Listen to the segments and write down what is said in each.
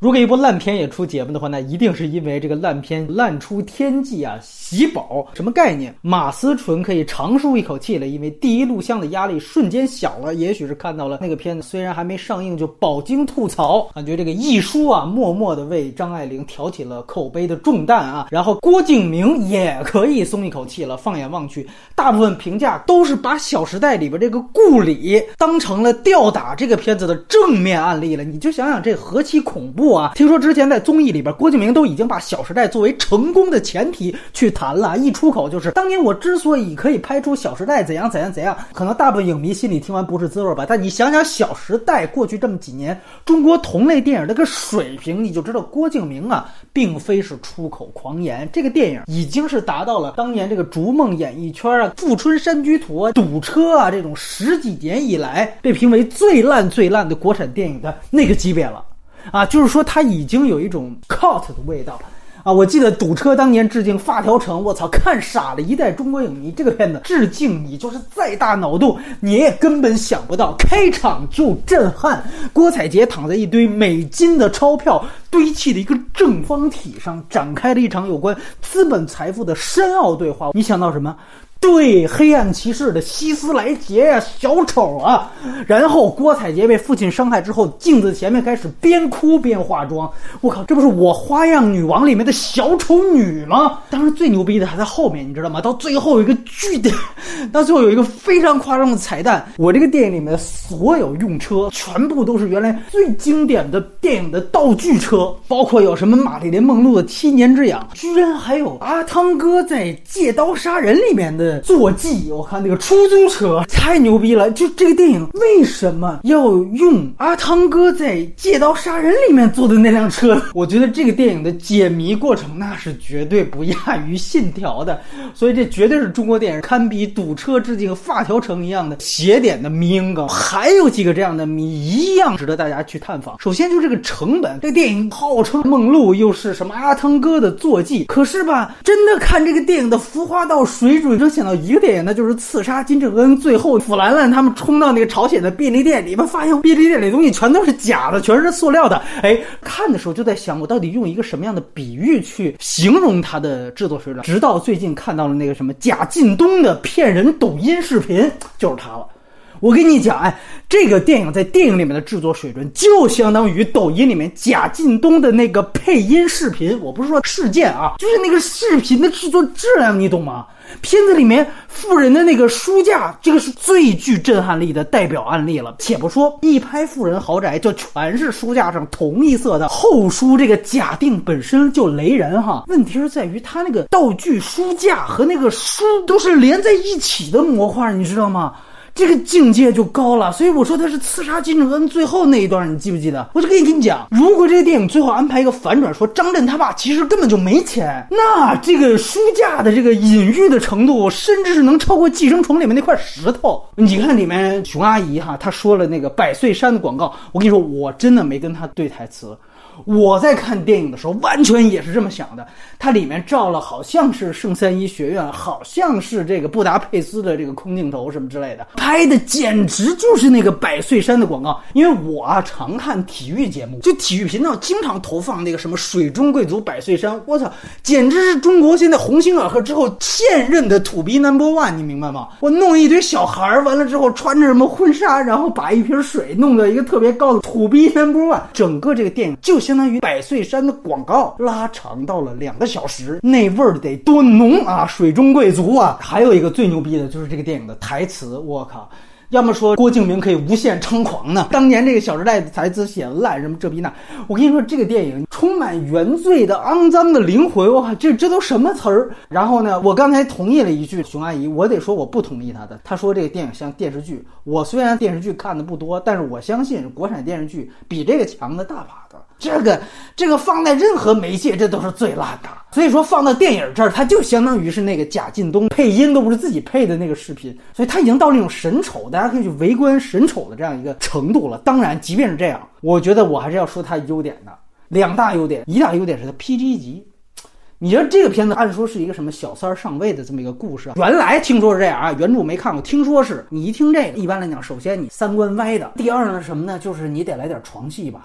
如果一部烂片也出节目的话，那一定是因为这个烂片烂出天际啊，喜宝。什么概念？马思纯可以长舒一口气了，因为第一录像的压力瞬间小了。也许是看到了那个片子虽然还没上映就饱经吐槽，感觉这个一书啊默默的为张爱玲挑起了口碑的重担啊。然后郭敬明也可以松一口气了。放眼望去，大部分评价都是把《小时代》里边这个顾里当成了吊打这个片子的正面案例了。你就想想这何其恐怖啊！听说之前在综艺里边，郭敬明都已经把《小时代》作为成功的前提去谈了，一出口就是当年我之所以可以拍出《小时代》怎样怎样怎样，可能大部分影迷心里听完不是滋味吧。但你想想《小时代》过去这么几年中国同类电影这个水平，你就知道郭敬明啊并非是出口狂言。这个电影已经是达到了当年这个逐梦演艺圈啊、富春山居图啊、堵车啊这种10几年以来被评为最烂的国产电影的那个级别了啊，就是说它已经有一种 cult 的味道啊！我记得堵车当年致敬发条城，我操，看傻了一代中国影迷。这个片子致敬你就是再大脑洞你也根本想不到，开场就震撼。郭采洁躺在一堆美金的钞票堆砌的一个正方体上，展开了一场有关资本财富的深奥对话。你想到什么？对，黑暗骑士的希斯莱杰啊，小丑啊。然后郭采洁被父亲伤害之后，镜子前面开始边哭边化妆。我靠，这不是我花样女王里面的小丑女吗？当然最牛逼的还在后面，你知道吗？到最后有一个巨大，到最后有一个非常夸张的彩蛋。我这个电影里面的所有用车全部都是原来最经典的电影的道具车，包括有什么玛丽莲梦露的7年之痒，居然还有阿汤哥在《借刀杀人》里面的坐骑。我看那个出租车太牛逼了。就这个电影为什么要用阿汤哥在《借刀杀人》里面坐的那辆车？我觉得这个电影的解谜过程那是绝对不亚于信条的，所以这绝对是中国电影堪比堵车致敬发条城一样的邪典的迷因梗。还有几个这样的谜一样值得大家去探访。首先就是这个成本，这个电影号称梦露又是什么阿汤哥的坐骑，可是吧真的看这个电影的浮夸到水准，就想到一个电影，那就是刺杀金正恩，最后弗兰兰他们冲到那个朝鲜的便利店里面，发现便利店里的东西全都是假的，全是塑料的。看的时候就在想我到底用一个什么样的比喻去形容它的制作水准，直到最近看到了那个什么贾进东的骗人抖音视频，就是它了。我跟你讲，这个电影在电影里面的制作水准就相当于抖音里面贾进东的那个配音视频。我不是说事件啊，就是那个视频的制作质量，你懂吗？片子里面富人的那个书架，这个是最具震撼力的代表案例了。且不说一拍富人豪宅就全是书架上同一色的厚书，这个假定本身就雷人哈。问题是在于他那个道具书架和那个书都是连在一起的模块，你知道吗？这个境界就高了。所以我说他是刺杀金正恩最后那一段，你记不记得？我就跟你讲，如果这个电影最后安排一个反转，说张震他爸其实根本就没钱，那这个书架的这个隐喻的程度甚至是能超过寄生虫里面那块石头。你看里面熊阿姨哈，她说了那个百岁山的广告，我跟你说我真的没跟她对台词，我在看电影的时候完全也是这么想的。它里面照了好像是圣三一学院，好像是这个布达佩斯的这个空镜头什么之类的，拍的简直就是那个百岁山的广告。因为我常看体育节目，就体育频道经常投放那个什么水中贵族百岁山，我操，简直是中国现在鸿星尔克之后现任的土逼 No.1， 你明白吗？我弄一堆小孩完了之后穿着什么婚纱，然后把一瓶水弄到一个特别高的土逼 No.1， 整个这个电影就相当于百岁山的广告拉长到了2个小时，那味儿得多浓啊！水中贵族啊！还有一个最牛逼的就是这个电影的台词，我靠！要么说郭敬明可以无限猖狂呢，当年这个《小时代》的台词写烂什么这逼那，我跟你说这个电影充满原罪的肮脏的灵魂，哇，这都什么词儿？然后呢，我刚才同意了一句熊阿姨，我得说我不同意她的。她说这个电影像电视剧，我虽然电视剧看的不多，但是我相信国产电视剧比这个强的大把的。这个放在任何媒介这都是最烂的，所以说放到电影这儿，它就相当于是那个贾进东配音都不是自己配的那个视频，所以它已经到那种神丑，大家可以去围观神丑的这样一个程度了。当然即便是这样，我觉得我还是要说它优点的，2大优点。一大优点是它 PG 级。你觉得这个片子按说是一个什么小三上位的这么一个故事，原来听说是这样啊，原著没看过，听说是。你一听这个，一般来讲首先你三观歪的，第二呢什么呢，就是你得来点床戏吧。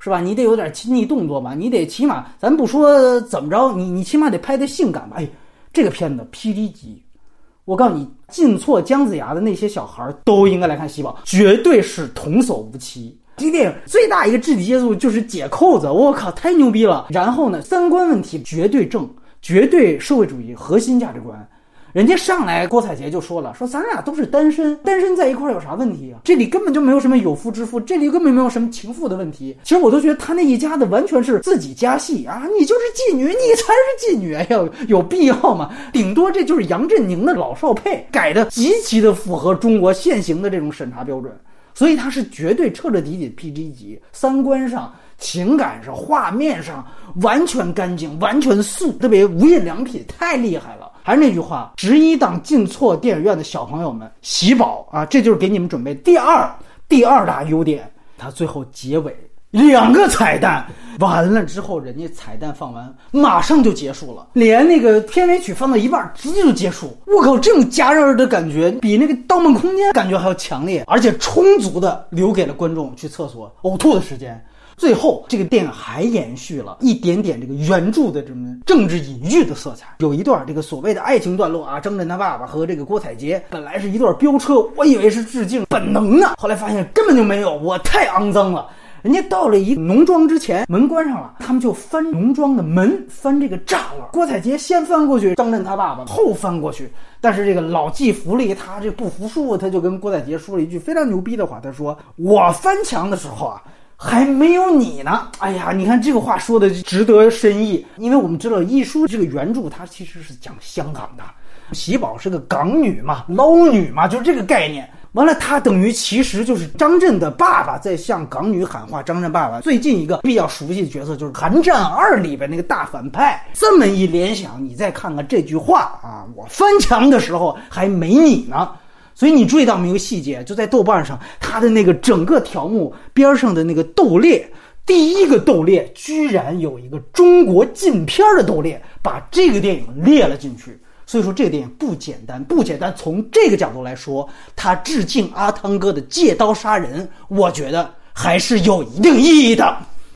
是吧？你得有点亲昵动作吧，你得起码，咱不说怎么着，你起码得拍得性感吧。哎，这个片子 PG 级，我告诉你，进错姜子牙的那些小孩都应该来看《喜宝》，绝对是童叟无欺。这电影最大一个肢体接触就是解扣子，我靠，太牛逼了。然后呢，三观问题绝对正，绝对社会主义核心价值观。人家上来郭采洁就说了，说咱俩都是单身在一块有啥问题啊？这里根本就没有什么有夫之妇，这里根本没有什么情妇的问题。其实我都觉得他那一家子完全是自己家系啊，你就是妓女，你才是妓女，哎呦，有必要吗？顶多这就是杨振宁的老少配，改的极其的符合中国现行的这种审查标准，所以他是绝对彻彻底底 PG 级，三观上、情感上、画面上完全干净，完全素，特别无印良品，太厉害了。还是那句话，11档进错电影院的小朋友们，喜宝啊，这就是给你们准备第二大优点。它最后结尾2个彩蛋，完了之后人家彩蛋放完马上就结束了，连那个片尾曲放到一半直接就结束。我靠，这种戛然而止的感觉比那个《盗梦空间》感觉还要强烈，而且充足的留给了观众去厕所呕吐的时间。最后这个电影还延续了一点点这个原著的这么政治隐喻的色彩，有一段这个所谓的爱情段落啊，张震他爸爸和这个郭采洁本来是一段飙车，我以为是致敬本能呢，后来发现根本就没有，我太肮脏了。人家到了一个农庄之前，门关上了，他们就翻农庄的门，翻这个栅栏。郭采洁先翻过去，张震他爸爸后翻过去。但是这个老骥伏枥，他这不服输，他就跟郭采洁说了一句非常牛逼的话，他说：“我翻墙的时候啊，还没有你呢。”哎呀，你看这个话说的值得深意，因为我们知道一书这个原著它其实是讲香港的，喜宝是个港女嘛，捞女嘛，就是这个概念。完了，他等于其实就是张震的爸爸在向港女喊话。张震爸爸最近一个比较熟悉的角色就是《寒战2》里边那个大反派。这么一联想，你再看看这句话啊，我翻墙的时候还没你呢。所以你注意到没有细节，就在豆瓣上，他的那个整个条目边上的那个斗列，第一个斗列居然有一个中国禁片的斗列，把这个电影列了进去。所以说这个电影不简单。从这个角度来说，他致敬阿汤哥的借刀杀人，我觉得还是有一定意义的。